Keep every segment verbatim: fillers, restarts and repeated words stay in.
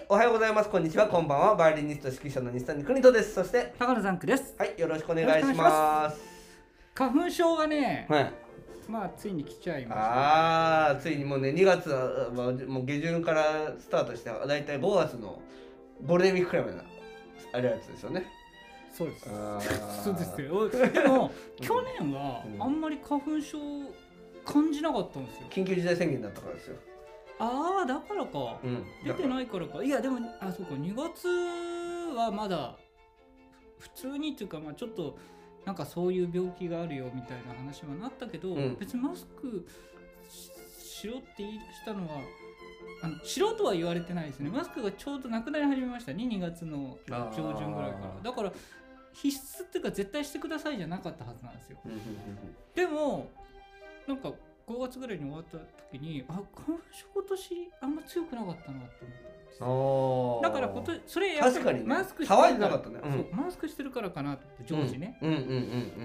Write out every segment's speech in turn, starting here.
おはようございます。こんにちは。こんばんは。バイオリニスト指揮者の西谷邦人です。そして高野ザンクです。 はい、よろしくお願いします。 花粉症がね、 はい、 まあついに来ちゃいました、ね。 ああ、ついにもうね、にがつはもう下旬からスタートして、だいたいごがつのゴールデンウィークくらいまでなあれやつですよね。 そうです。そうですよ。でも去年はあんまり花粉症感じなかったんですよ。 緊急事態宣言だったからですよ。 ああ、だからか、 うん、 出てないからか。いやでもあそうかにがつはまだ普通にっていうか、まあちょっとなんかそういう病気があるよみたいな話はなったけど、うん、別にマスク し, しろって言い出したのはあのしろとは言われてないですね。マスクがちょうどなくなり始めましたね、にがつの上旬ぐらいから。だから必須っていうか絶対してくださいじゃなかったはずなんですよ。でもなんかごがつぐらいに終わった時に、あ、花粉症今年あんま強くなかったなって思ったんです。だから今年それやっぱりマスクしてるから、 なかったね、うん、 そうマスクしてるからかなって常時ね、 うんうんうんうん、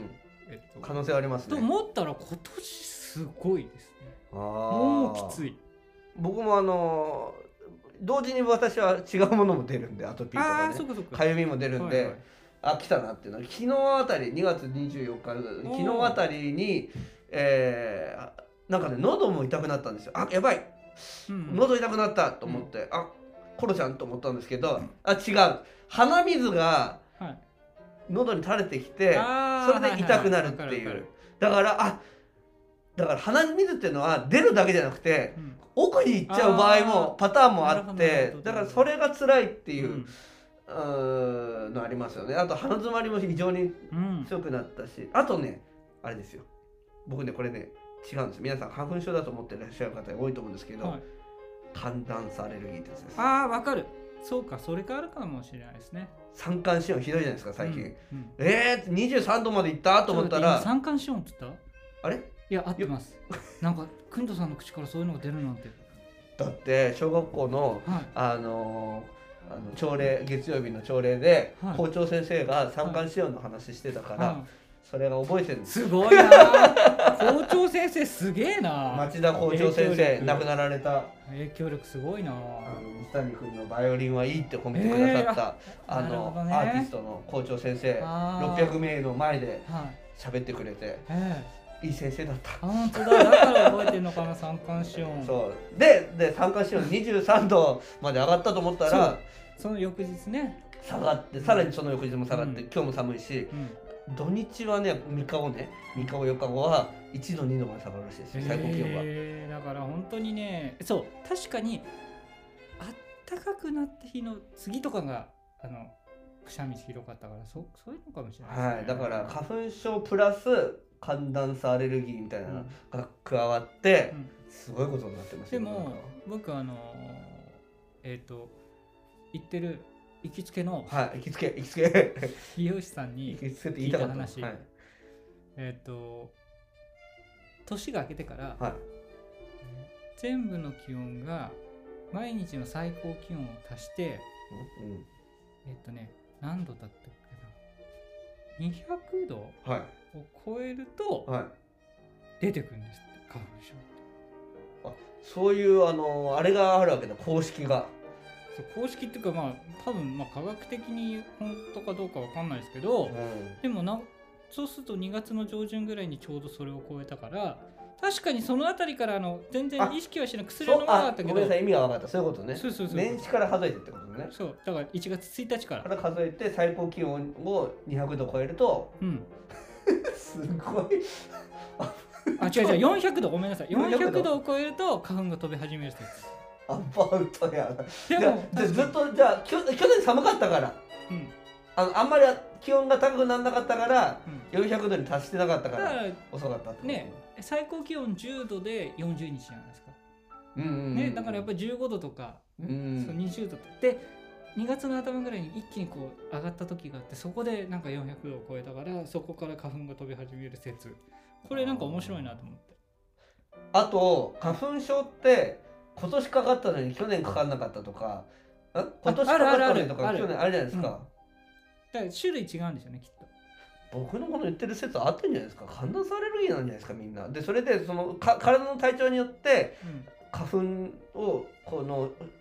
えっと、可能性ありますね。 と思ったら今年すごいですね。あもうきつい。 僕もあの同時に私は違うものも出るんで、アトピーとかね、かゆみも出るんで、はいはい、あ来たなっていうのは昨日あたりにがつにじゅうよっか昨日あたりに、えー、なんかね喉も痛くなったんですよ。あやばい、うん、喉痛くなったと思って、うん、あコロちゃんと思ったんですけど、あ違う、鼻水が喉に垂れてきて、はい、それで痛くなるっていう、はいはい、だからあだから鼻水っていうのは出るだけじゃなくて、うん、奥に行っちゃう場合もパターンもあって、だからそれが辛いっていう、うんうのありますよね。あと鼻づまりも非常に強くなったし、うん、あとねあれですよ、僕ねこれね違うんです。皆さん花粉症だと思ってらっしゃる方が多いと思うんですけど、はい、寒暖差アレルギーってやつです。 ああわかる。そうか、それがあるかもしれないですね。 三寒四温ひどいじゃないですか最近、うんうん、えーにじゅうさんどまでいったと思ったら、 三寒四温って言った？ あれいや合ってます。なんか邦人さんの口からそういうのが出るなんて。 だって小学校の、はい、あのーあの朝礼月曜日の朝礼で、はい、校長先生が三寒四温の話してたから、はい、それが覚えてるんです。 すごいな校長先生すげえな。 町田校長先生亡くなられた。 影響力すごいな。あの西谷君のバイオリンはいいって褒めてくださった、えー、あの、ね、アーティストの校長先生ろっぴゃくめいの前で喋ってくれて、えー、いい先生だった。 あ本当だ、だから覚えてるのかな三寒四温。 そうでで三寒四温にじゅうさんどまで上がったと思ったらその翌日ね下がって、さらにその翌日も下がって、うん、今日も寒いし、うん、土日はねみっかごねみっかごよっかごはいちどにどまで下がるらしいですよ、最高気温が。 えー、だから本当にね、そう確かにあったかくなった日の次とかがあのくしゃみひどかったから、そそういうのかもしれないですね。 はい、だから花粉症プラス寒暖差アレルギーみたいなのが加わって、うん、すごいことになってますよ。 でも僕あのえっ、ー、と行ってる行きつけの、 はい、行きつけ行きつけ美容師さんに聞いた話、はい、えっ、ー、と年が明けてから、はい、全部の気温が毎日の最高気温を足して、うん、えっ、ー、とね何度だったっけな、にひゃくどを超えると出てくるんですって、花粉症って。 あ、そういうあのあれがあるわけだ、公式が。 公式っていうか、まあ多分まあ科学的に本当かどうかわかんないですけど、うん、でもなそうするとにがつの上旬ぐらいにちょうどそれを超えたから、確かにそのあたりからあの全然意識はしなく薬は飲まなかったけど、 ごめんなさい、意味が分かった、そういうことね。 そうそうそう、 年始から数えてってことね。 そうだからいちがつついたちからから数えて最高気温をにひゃくど超えると、うん、すごいあ違う違うよんひゃくど、ごめんなさい、よんひゃくどを超えると花粉が飛び始める説。 アバウトや。でもじゃずっとじゃあ去年寒かったから、うん、あのあんまり気温が高くならなかったから、うん、よんひゃくどに達してなかったから遅かったってね。最高気温じゅうどでよんじゅうにちじゃないですか、うんうんうん、ね、だからやっぱりじゅうごどとか、うん、そうにじゅうどでにがつの頭ぐらいに一気にこう上がった時があって、そこでなんかよんひゃくどを超えたから、そこから花粉が飛び始める説、これなんか面白いなと思って。 あと花粉症って今年かかったのに去年かかんなかったとか、今年かかったのにとか去年あるじゃないですか、うん、 だから種類違うんですよねきっと。 僕のこの言ってる説合ってるんじゃないですか。寒暖差アレルギーなんじゃないですかみんな。でそれでそのか体の体調によって花粉をこの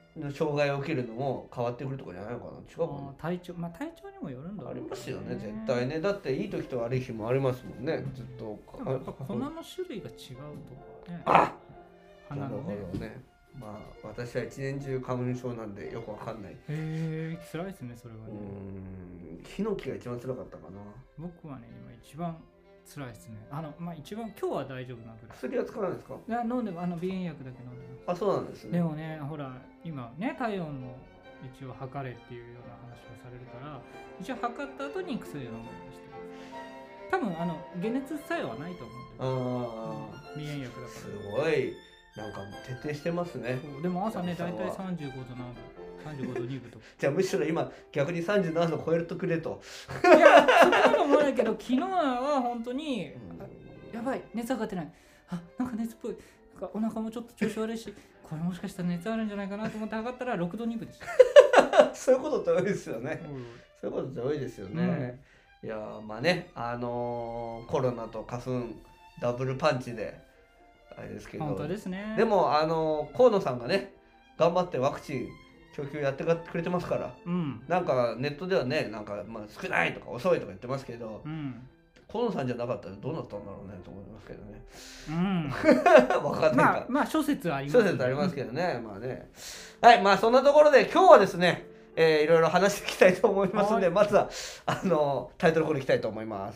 の障害を受けるのも変わってくるとかじゃないのかな。違うかな。 体調、まあ体調にもよるんだろう、 ね、ありますよね絶対ね。だっていい時と悪い日もありますもんねずっと。 やっぱ粉の種類が違うとかね。 あなるほどね。まあ私は一年中花粉症なんでよくわかんない。へえ辛いですねそれはね。 うんヒノキが一番辛かったかな。 僕はね今一番辛いですね。あのまあ一番今日は大丈夫なぐらい。 薬は使わないですか？ いや飲んでもあの鼻炎薬だけ飲んでます。あそうなんですね。 でもねほら今ね体温も一応測れっていうような話をされるから一応測った後に薬を飲むようにしてます。多分あの解熱作用はないと思うんで。ああ鼻炎薬だから。 すごい。なんか徹底してますね。 でも朝ね大体さんじゅうごどななぶさんじゅうごどにぶとかじゃあむしろ今逆にさんじゅうななど超えるとくれと。 いやそこまで思わないけど昨日は本当に、うん、やばい熱上がってない、あなんか熱っぽい、なんかお腹もちょっと調子悪いしこれもしかしたら熱あるんじゃないかなと思って測ったらろくどにぶでしたそういうことって多いですよね、うん、そういうことって多いですよね、うん、いやまあねあのー、コロナと花粉ダブルパンチであれですけど、 本当ですね。 でもあの河野さんがね頑張ってワクチン供給やってくれてますから、うん、なんかネットではねなんか、まあ、少ないとか遅いとか言ってますけど、うん、河野さんじゃなかったらどうなったんだろうねと思いますけどね。うん、分かんないか。 まあ、まあ諸説あります、 ね、諸説ありますけどね、まあね。はいまあそんなところで今日はですね、えー、いろいろ話していきたいと思いますので、まずはあのタイトルコールいきたいと思います。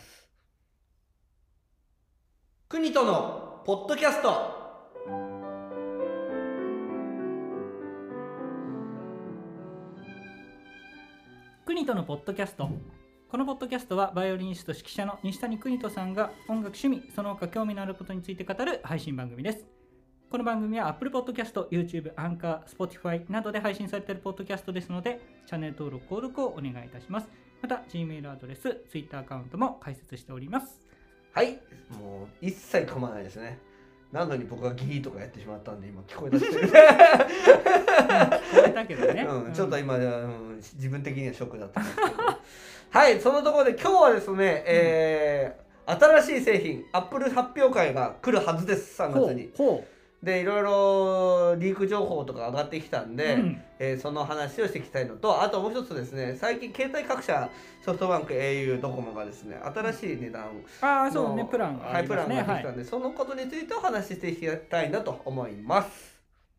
国とのポッドキャスト。 国とのポッドキャスト。このポッドキャストはバイオリニスト指揮者の西谷邦人さんが音楽趣味その他興味のあることについて語る配信番組です。この番組は Apple Podcast、YouTube、Anchor、Spotify などで配信されているポッドキャストですのでチャンネル登録・購読をお願いいたします。また Gmail アドレス、Twitter アカウントも開設しております。 はい、もう一切構わないですね。なのに僕はギーとかやってしまったんで今聞こえ出してる。聞こえたけどね、 うん、ちょっと今、うん、自分的にはショックだったんですけどはいそのところで今日はですね、えー、新しい製品アップル発表会が来るはずです。さんがつに。ほうほうでいろいろリーク情報とか上がってきたんで、うん、えー、その話をしていきたいのと、あともう一つですね、最近携帯各社ソフトバンク エーユー ドコモがですね新しい値段の、あそうね、プランがありますね、 はい、プランができたんで、はい、そのことについてお話ししていきたいなと思います。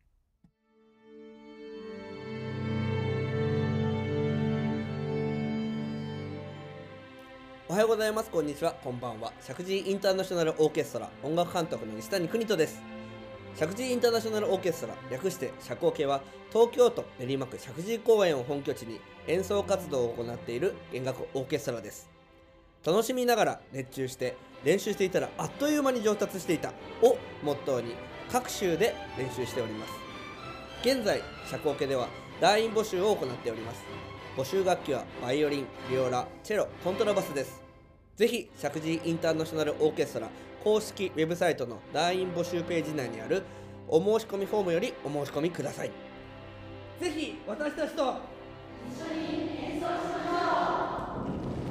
おはようございます、こんにちは、こんばんは。石神井インターナショナルオーケストラ音楽監督の西谷邦人です。石神井インターナショナルオーケストラ、略して社交系は東京都練馬区石神井公園を本拠地に演奏活動を行っている弦楽オーケストラです。楽しみながら熱中して練習していたらあっという間に上達していたをモットーに各州で練習しております。現在社交系では団員募集を行っております。募集楽器はバイオリン、ビオラ、チェロ、コントラバスです。ぜひ石神井インターナショナルオーケストラ公式ウェブサイトの団員募集ページ内にあるお申し込みフォームよりお申し込みください。ぜひ私たちと一緒に演奏しましょう。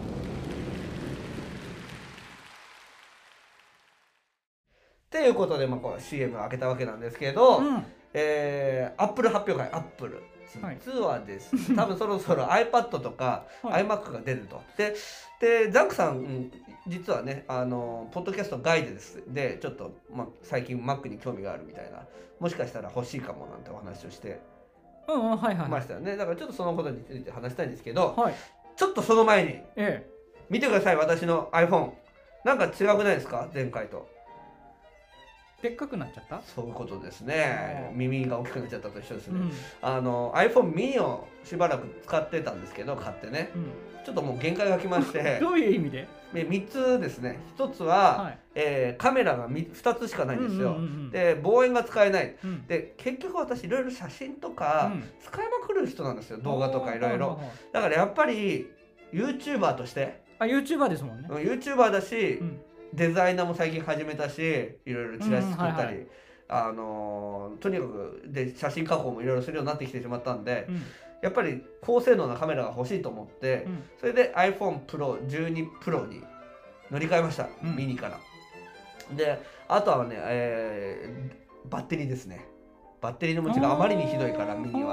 ということで、まあ、こう シーエム 開けたわけなんですけど、うん、えー、Apple 発表会、Apple実はですね、はい、多分そろそろ iPad とか iMac が出ると。ででザンクさん、うん、実はねあのポッドキャストガイドですでちょっと、まあ、最近 Mac に興味があるみたいな、もしかしたら欲しいかもなんてお話をしてましたよね。だからちょっとそのことについて話したいんですけど、はい、ちょっとその前に、ええ、見てください私の iPhone。 なんか違くないですか、前回と。 でっかくなっちゃった？ そういうことですね。耳が大きくなっちゃったと一緒ですね、うん、あの iPhone mini をしばらく使ってたんですけど買ってね、うん、ちょっともう限界が来ましてどういう意味で？ みっつですね。ひとつは、はい、えー、カメラがふたつしかないんですよ、うんうんうん、で望遠が使えない、うん、で結局私いろいろ写真とか使いまくる人なんですよ、動画とかいろいろ。だからやっぱり YouTuber として、 あ YouTuber ですもんね。 YouTuber だし、うん、デザイナーも最近始めたし、いろいろチラシ作ったり、うんはいはい、あのー、とにかくで写真加工もいろいろするようになってきてしまったんで、うん、やっぱり高性能なカメラが欲しいと思って、うん、それで iPhone プロじゅうに Pro に乗り換えました、うん、ミニから。であとはね、えー、バッテリーですね。バッテリーの持ちがあまりにひどいからミニは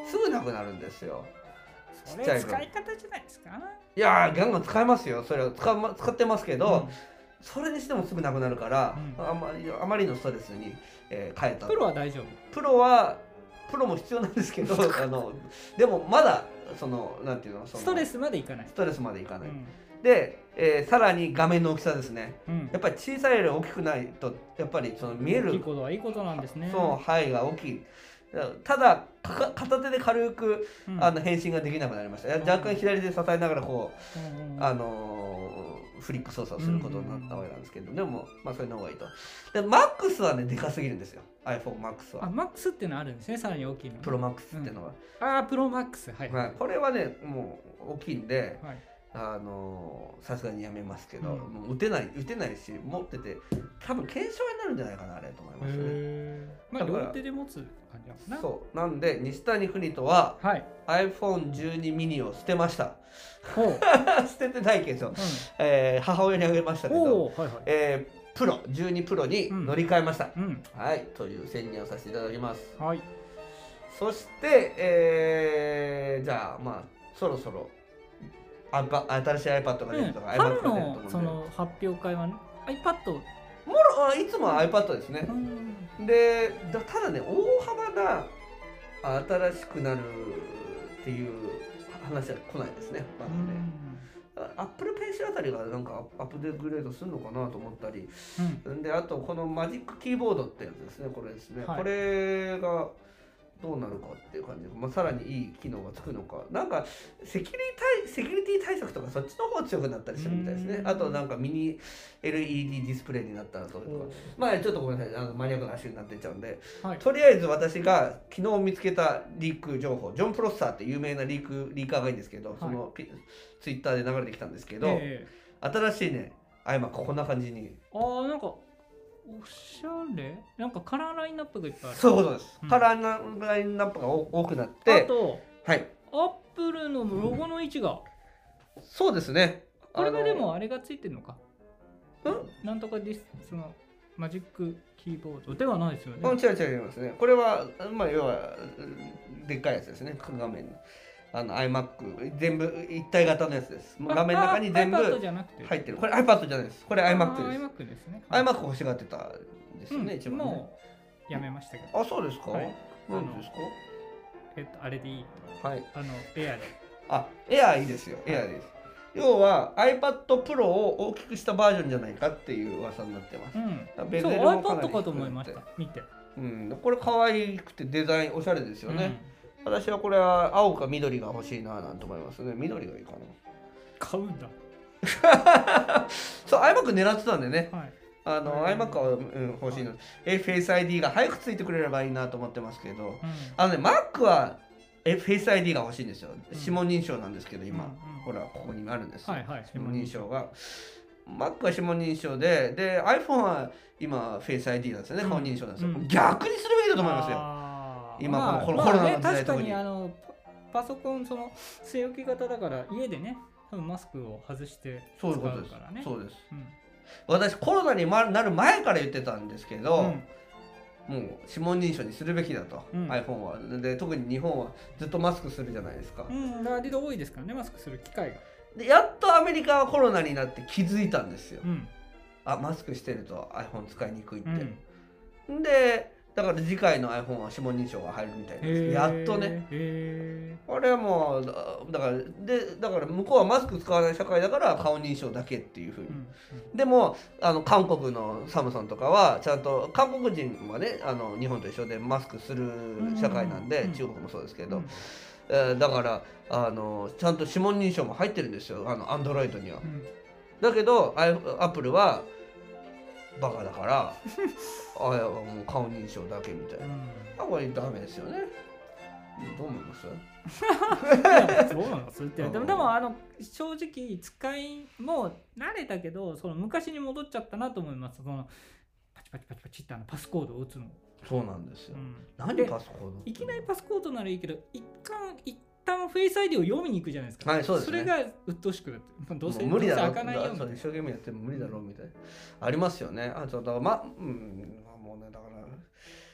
すぐなくなるんですよ。 それ使い方じゃないですか。 いやーガンガン使えますよ。それは使, ま使ってますけど、うん、それにしてもすぐなくなるから、うん、あ, まりあまりのストレスに、えー、変えた。 プロは大丈夫。 プロはプロも必要なんですけどあのでもまだそのなんていうのそのストレスまでいかない。 ストレスまでいかない。うん、で、えー、さらに画面の大きさですね。うん、やっぱり小さいより大きくないとやっぱりその見える。 大きいことはいいことなんですね。 そう範囲が大きい。ただ片手で軽く、うん、あの返信ができなくなりました。若干左で支えながらこう、うん、あのー、フリック操作をすることになったわけなんですけど、うん、でもまあそれの方がいいと。でマックスはねでかすぎるんですよ。iPhone マックスは。 あマックスっていうのあるんですね。さらに大きいの。 プロマックスっていうのは。 うん、ああプロマックスはい、 はい。これはねもう大きいんで。はい、あのさすがにやめますけど、うん、もう打てない打てないし持ってて多分軽症になるんじゃないかなあれと思いますね。 まあ両手で持つ感じなのかな。 そうなんで西谷邦人は、はい、アイフォンじゅうに ミニを捨てました。捨ててないけど、うん、えー、母親にあげましたけど、はいはい、えー、プロじゅうにプロに乗り換えました、うんうん、はいという宣言をさせていただきます。はい、そして、えー、じゃあまあそろそろ新しい iPad が出るとか、 うん、春のその発表会は iPad もろいつもは iPad ですね、うん、でだただね大幅な新しくなるっていう話は来ないですねまだね、うん、Apple Pencil あたりがなんかアップデートグレードするのかなと思ったり、うん、であとこのマジックキーボードってやつですねこれですね、はい、これがどうなるかっていう感じで、まあ、さらにいい機能がつくのかなんかセキュリティセキュリティ対策とかそっちの方が強くなったりするみたいですね。あとなんかミニ エルイーディー ディスプレイになったらとかまあちょっとごめんなさいあのマニアックな話になってっちゃうんで、はい、とりあえず私が昨日見つけたリーク情報ジョン・プロッサーって有名なリークリーカーがいいんですけど、はい、そのツイッターで流れてきたんですけど、えー、新しいね iMac こんな感じにああなんかおしゃれなんかカラーラインナップがいっぱいある。 そういうことです、うん、カラーラインナップが多くなってあと、はい、アップルのロゴの位置が、 うん、そうですねこれがでもあれがついてるのかんなんとかですそのマジックキーボードではないですよね。 違う違いますねこれはまあ要はでっかいやつですね画面あの iMac 全部一体型のやつです。画面の中に全部入ってる。これ iPad じゃないです。これ iMac です。 iMac ですね。 iMac 欲しがってたんですよね、うん、一番ね。 もうやめましたけど。 あ、そうですか。はい、何ですか。 えっとあれでいい。 はい。 あのエアで。 あ、エアいいですよ。エアです。要は iPad Pro を大きくしたバージョンじゃないかっていう噂になってます。うん。 ベゼルもかなり低くて。そう iPad かと思いました。見て。 うん。これ可愛くてデザインおしゃれですよね。うん私はこれは青か緑が欲しいななんて思いますね。緑がいいかな。 買うんだ。 そう、iMac 狙ってたんでね。はい、あの、iMac は、うん、欲しいの。え、Face アイディー が早くついてくれればいいなと思ってますけど、うん、あのね、Mac はえ Face アイディー が欲しいんですよ。指紋認証なんですけど、今、うんうん、ほら、ここにあるんですよ。はいはい、指紋認証が。Mac は指紋認証で、で、iPhone は今、Face アイディー なんですよね。顔認証なんですよ。うん、逆にすればいいだと思いますよ。今、まあ、このコロナの時代とかに、 まあね、確かにあのパソコンその据え置き型だから家でね多分マスクを外して使うからね。 そうです。うん、私コロナになる前から言ってたんですけど、うん、もう指紋認証にするべきだと、うん、iPhone はで特に日本はずっとマスクするじゃないですか。 うん、割と多いですからねマスクする機会が。 でやっとアメリカはコロナになって気づいたんですよ。うん、あマスクしてると iPhone 使いにくいって。うん、でだから次回の iPhone は指紋認証が入るみたいです。やっとね。あれはもうだからでだから向こうはマスク使わない社会だから顔認証だけっていうふうに。うんうん、でもあの韓国のサムソンとかはちゃんと韓国人はねあの日本と一緒でマスクする社会なんで、うんうん、中国もそうですけど、うんえー、だからあのちゃんと指紋認証も入ってるんですよあの Android には。うん、だけど Apple はバカだからあもう顔認証だけみたいな、うん、あこれダメですよね。どう思いますそうなんですってでもでもあの正直使いもう慣れたけどその昔に戻っちゃったなと思います。そのパチパチパチパチってあのパスコードを打つのそうなんですよ、うん、何パスコードいきなりパスコードならいいけど一旦一旦フェイス アイディー を読みに行くじゃないですか。 はい、そうですね。 それが鬱陶しくなって、どうせ無理だろう。 開かないよみたいな。 一生懸命やっても無理だろうみたいな。ありますよね。あちょっとまうんもうねだから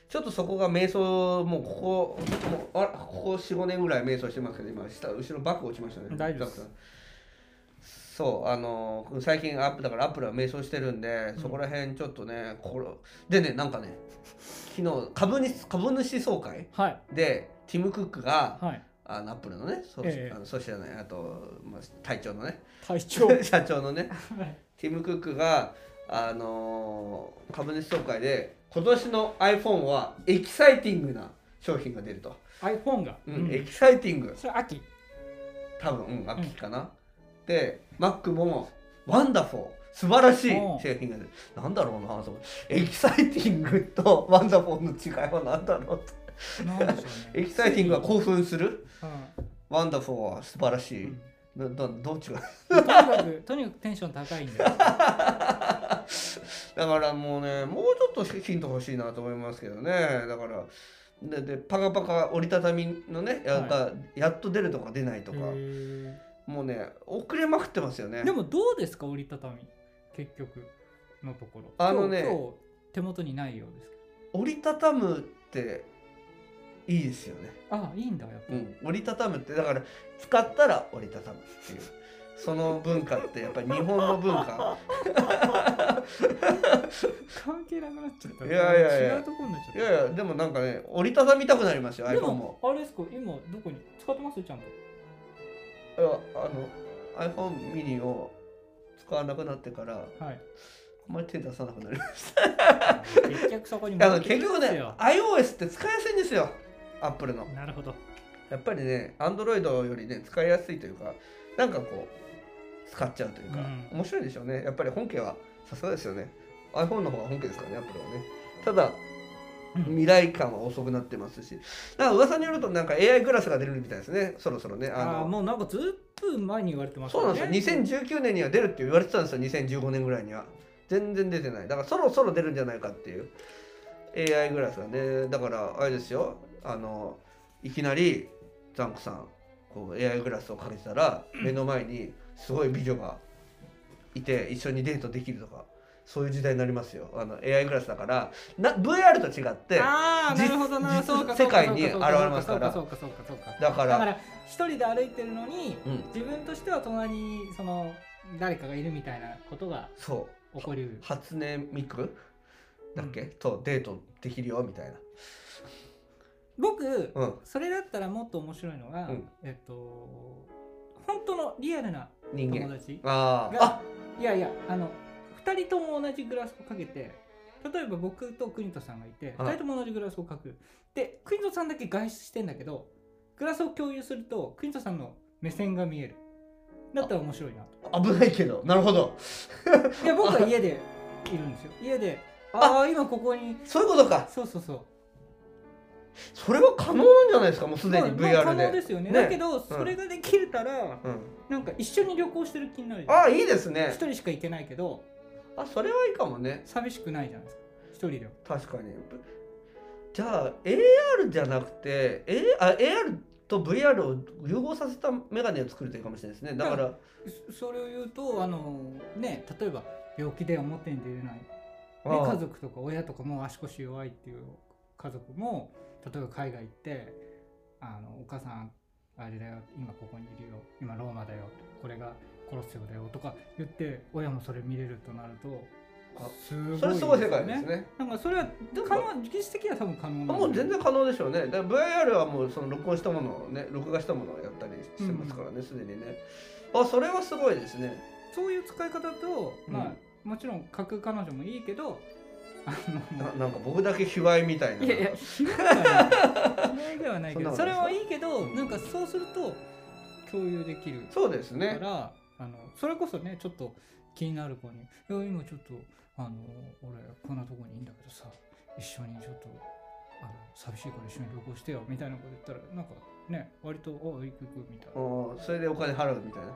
ちょっとそこが迷走もうここもうあここ よん,ご 年ぐらい迷走してますけど今下後ろバック落ちましたね。 大丈夫です。 そうあのー、最近アップだからアップルは迷走してるんで、うん、そこら辺ちょっとねこれでねなんかね昨日株主株主総会で、はい、ティム・クックが、はい、あのアップルのねそう、ええ、あのそうしてないあと、まあ、隊長のね隊長社長のねティム・クックがあのー、株主総会で今年の iPhone はエキサイティングな商品が出ると。 iPhone が、 うんうん、エキサイティングそれ秋多分、うん、秋かな、うん、で Mac もワンダフォー素晴らしい製品が出る。なんだろうなそのエキサイティングとワンダフォーの違いは何だろうってなんでしょう、ね、エキサイティングは興奮する、うん、ワンダフォーは素晴らしい、うん、ど, どっちがとにかくとにかくテンション高いんだよだからもうねもうちょっとヒント欲しいなと思いますけどね。だからででパカパカ折りたたみのねや, はい、やっと出るとか出ないとかもうね遅れまくってますよね。 でもどうですか折りたたみ結局のところあのね今日手元にないようですけど折りたたむっていいですよね。 ああいいんだやっぱ、 うん、折りたたむってだから使ったら折りたたむっていうその文化ってやっぱり日本の文化関係なくなっちゃった。 いやいやいや違うとこになっちゃった。 いやいやでもなんかね折りたたみたくなりますよ iPhone も。 あれですか今どこに使ってますちゃんと。 いやあの iPhone mini を使わなくなってから、はい、あんまり手出さなくなりました結局そこにあの結局ね iOS って使いやすいんですよ Apple の。 なるほど。 やっぱりね Android よりね使いやすいというかなんかこう使っちゃうというか、うん、面白いでしょうね。やっぱり本家はさすがですよね。 iPhone の方が本家ですからね Apple はね。ただ未来感は遅くなってますし、なんか噂によるとなんか エーアイ グラスが出るみたいですねそろそろね。 あのあもうなんかずっと前に言われてますね。そうなんですよにせんじゅうきゅうねんには出るって言われてたんですよにせんじゅうごねんぐらいには。全然出てない。だからそろそろ出るんじゃないかっていう エーアイ グラスがね。だからあれですよあのいきなりザンクさんこう エーアイ グラスをかけてたら目の前にすごい美女がいて一緒にデートできるとかそういう時代になりますよ。あの エーアイ グラスだからな ブイアール と違ってあなるほどなそうか世界に現れますからそうかそうかそうかだからだから一人で歩いてるのに、うん、自分としては隣にその誰かがいるみたいなことが起こる。 初音ミクだっけ、うん、とデートできるよみたいな。 僕、うん、それだったらもっと面白いのが、うん、えっと本当のリアルな友達があいやいやあのふたりとも同じグラスをかけて例えば僕と国人さんがいてふたりとも同じグラスをかくで国人さんだけ外出してんだけどグラスを共有すると国人さんの目線が見える。だったら面白いなと。危ないけどなるほどいや僕は家でいるんですよ。家でああ今ここにそういうことか。 そうそうそうそれは可能なんじゃないですかもうすでに ブイアール で、まあ、 可能ですよね。ねだけどそれができたら、うん、なんか一緒に旅行してる気になるじゃん。 ああいいですね。 一人しか行けないけどあそれはいいかもね。 寂しくないじゃないですか一人で。 確かに。じゃあ エーアール じゃなくて A あ エーアール と ブイアール を融合させたメガネを作るといいかもしれないですね。だからそれを言うとあのね例えば病気で表に出れない、ね、家族とか親とかも足腰弱いっていう家族も例えば海外行ってあのお母さんあれだよ今ここにいるよ今ローマだよこれがコロッセオだよとか言って親もそれ見れるとなるとすごいですね。それすごい世界ですね。なんかそれは可能技術的には多分可能なんでもう全然可能でしょうね。だから ブイアール はもうその録音したものをね録画したものをやったりしてますからねすで、うん、にね。あそれはすごいですね。 そういう使い方と、うん、まあもちろん書く彼女もいいけどあの な, なんか僕だけ卑猥みたいな。 いやいや卑猥ではない卑猥ではないけどそれはいいけどなんかそうすると共有できるから。 そうですね。 あのそれこそねちょっと気になる子にいや今ちょっとあの俺こんなとこにいいんだけどさ一緒にちょっとあの寂しいから一緒に旅行してよみたいなこと言ったらなんかね割とお行く行くみたいな。 おそれでお金払うみたいな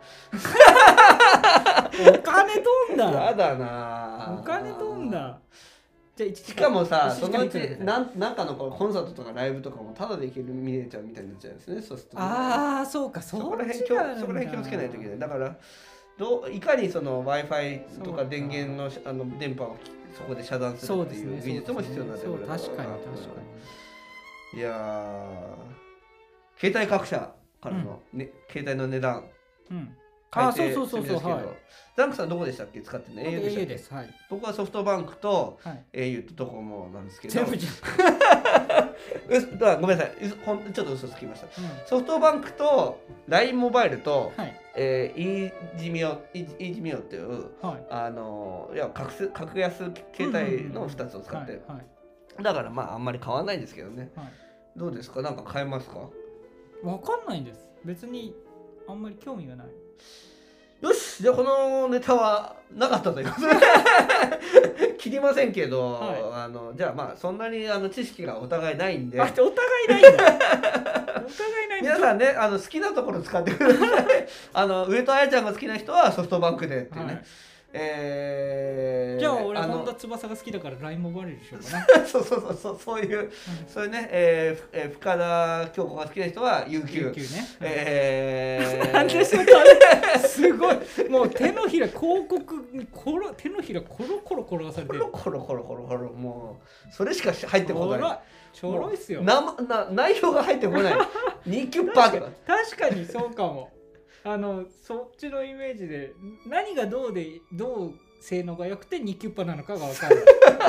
お金飛んだやだなお金飛んだ。 じゃあしかもさそのうちなんなんかのコンサートとかライブとかもタダで行ける見れちゃうみたいになっちゃうんですね。そうすると、ね、 ああそうかそこら辺気をそこら辺気をつけないといけない。だからどういかにその Wi-Fi とか電源のあの電波をそこで遮断するっていう技術も必要になってくる。 確かに確かに。いやー、携帯各社からの、ね、携帯の値段、 うん、あ、そうそうそうそう、はい。 ザンクさんどこでしたっけ？使ってるの エーユー でしたっけ？ エーユー です、はい。 僕はソフトバンクと エーユー とドコモなんですけど、 全部じゃんだごめんなさい、ほんちょっと嘘つきました、うん、ソフトバンクと ライン モバイルと、はい、えー、イージミオイージミオっていう、はい、あのいや格格安携帯のふたつを使って、だからまああんまり変わらないんですけどね、はい、どうですか？なんか変えますか？ わかんないんです。別にあんまり興味がない。 よし、じゃあこのネタはなかったということで切りませんけど、はい、あのじゃあまあそんなにあの知識がお互いないんで、 あ、お互いないんだお互いないんだ皆さんね、あの好きなところ使ってくださいあの上戸彩ちゃんが好きな人はソフトバンクでっていうね、はい、えー、 じゃあ俺本田翼が好きだから ライン モバイルでしょうかなそうそうそうそうそういう、うん、そういうね、えーえー、深田恭子が好きな人は ユーキュー ユーキュー ね、えー、 なんでそれすごいもう手のひら広告にコロ手のひらコロコロ転がされてるコロコロコロコロコロもうそれしか入ってこないちょろいっすよなな内容が入ってこないにキュッパーとか確かにそうかもあのそっちのイメージで何がどうでどう性能が良くてにキュッパなのかが分かる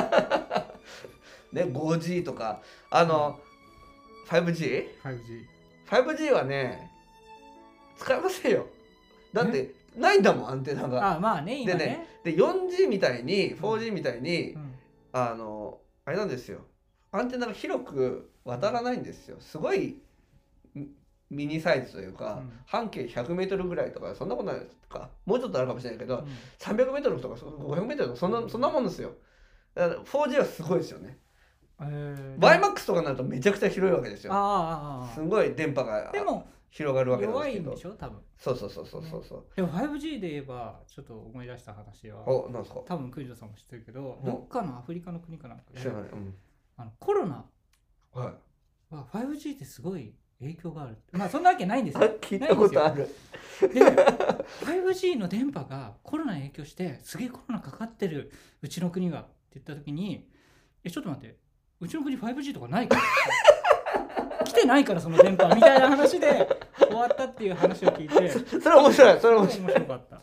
ね ごジー とかあの、うん、ファイブジー？ ファイブジーファイブジー はね使えませんよ。だってないんだもんアンテナが。 あまあね今ね。 でねで よんジー みたいに フォージー みたいに、うん、あのあれなんですよ。アンテナが広く渡らないんですよ。すごいミニサイズというか、うん、半径ひゃくメートルぐらいとかそんなことないかもうちょっとあるかもしれないけど、うん、さんびゃくメートルとかごひゃくメートルとかそんなそんなもんですよ。だから フォージー はすごいですよね。えー、ワイマックス とかになるとめちゃくちゃ広いわけですよ。 あすごい電波がでも広がるわけなんですけど。 弱いんでしょ多分。 そうそうそうそうそうそう、ね、 でも ファイブジー で言えばちょっと思い出した話はおなんですか多分クイズさんも知ってるけど、どっかのアフリカの国かなんかで知らない、うん、あのコロナは ファイブジー ってすごい影響がある。まあそんなわけないんですよ。 聞いたことある。 で ファイブジー の電波がコロナに影響してすげえコロナかかってるうちの国がって言った時にえちょっと待ってうちの国 ファイブジー とかないから来てないからその電波みたいな話で終わったっていう話を聞いてそれ面白いそれ面白い面白かった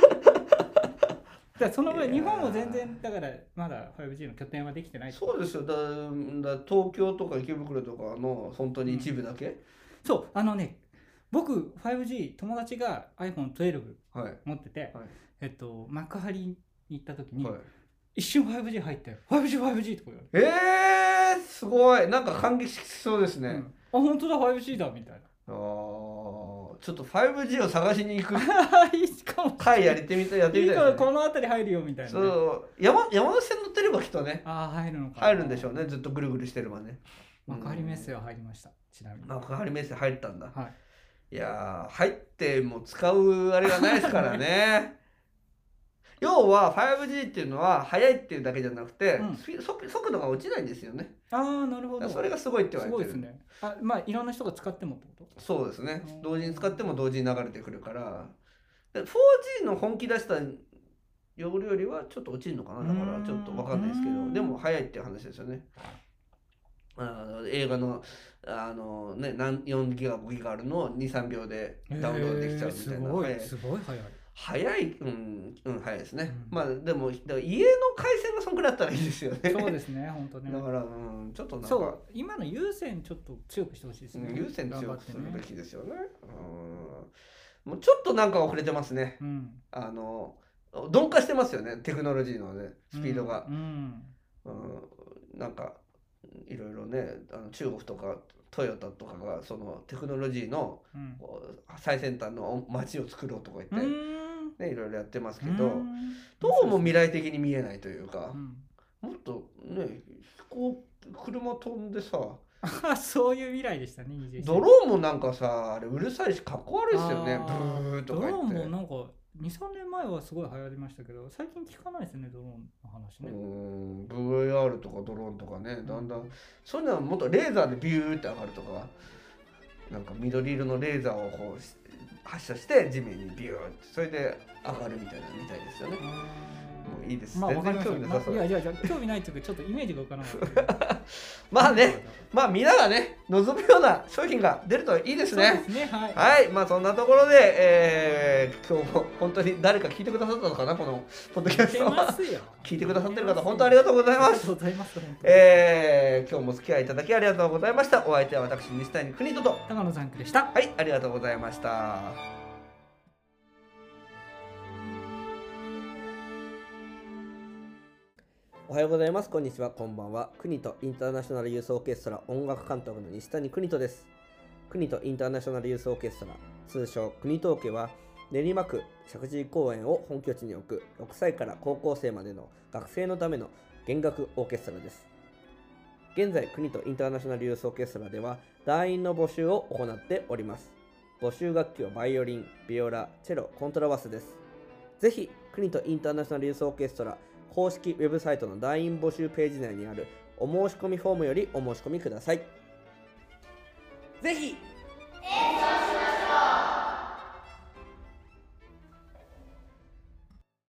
だその分日本も全然だからまだ ファイブジー の拠点はできてない。 そうですよ。だだ東京とか池袋とかの本当に一部だけ、うん、 そうあのね僕 ファイブジー 友達が アイフォントゥエルブ 持ってて、はいはい、えっと幕張に行った時に、はい、一瞬 ファイブジー 入って ファイブジーファイブジー って言われてえーすごいなんか感激しそうですね、うん、 あ本当だ ファイブジー だみたいな。 あちょっと ファイブジー を探しに行く回やってみたいやってみたいですね。 この辺り入るよみたいな、ね、 そう山山手線乗ってればきっとねあ入るのか入るんでしょうね。ずっとぐるぐるしてるわね。 幕張メッセは入りました。ちなみに幕張メッセ入ったんだ、 はい、 いや入っても使うあれがないですからね要は ファイブジー っていうのは速いっていうだけじゃなくて、うん、速, 速度が落ちないんですよね。 ああなるほど。 それがすごいって言われてる。 すごいですね。あまあいろんな人が使ってもってこと。 そうですね。同時に使っても同時に流れてくるから フォージー の本気出した容量よりはちょっと落ちるのかな。だからちょっと分かんないですけどでも速いっていう話ですよね。あの映画のあの、ね、よんギガごギガあるのをにさんびょうでダウンロードできちゃうみたいな。 すごいすごい速い。 早い、うん、うん、早いですね。うん、まあでも家の回線がそんくらいだったらいいですよね。 そうですね、本当ね。 だから、うん、ちょっとなんかそう今の有線ちょっと強くしてほしいですね。 うん、有線強くするべきですよね。うん、もうちょっとなんか遅れてますね。うん、あの鈍化してますよね、テクノロジーのねスピードが。うん、うん、なんかいろいろねあの中国とかトヨタとかがそのテクノロジーの、うん、最先端の街を作ろうとか言って。ね、いろいろやってますけどどうも未来的に見えないというか、うん、もっとね飛行車飛んでさそういう未来でしたね。 ドローンもなんかさあれうるさいしかっこ悪いですよね。ブーとか言って。 ドローンもなんか にさんねんまえはすごい流行りましたけど最近聞かないですねドローンの話ね。 うん ブイアール とかドローンとかねだんだん、うん、そういうのはもっとレーザーでビューって上がるとかなんか緑色のレーザーをこう発射して地面にビューってそれで上がるみたいなみたいですよね。もういいです。 まあ、 全然興味なさそう。 いやいやいや興味ないというかちょっとイメージがわからない。 まあね、まあみんながね望むような商品が出るといいですね。 そうですね、はい。 はい、まあそんなところで、えー、今日も本当に誰か聞いてくださったのかなこのポッドキャストは。聞いてくださってる方本当ありがとうございます。 ありがとうございます。 えー、今日もお付き合いいただきありがとうございました。お相手は私西谷邦人と高野さんでした。 はい、ありがとうございました。おはようございます。こんにちは。こんばんは。国とインターナショナルユースオーケストラ音楽監督の西谷邦人です。国とインターナショナルユースオーケストラ、通称国東家は練馬区石神井公園を本拠地に置くろくさいから高校生までの学生のための弦楽オーケストラです。現在、国とインターナショナルユースオーケストラでは団員の募集を行っております。募集楽器はバイオリン、ビオラ、チェロ、コントラバスです。ぜひ、国とインターナショナルユースオーケストラ公式ウェブサイトの団員募集ページ内にあるお申し込みフォームよりお申し込みください。ぜひ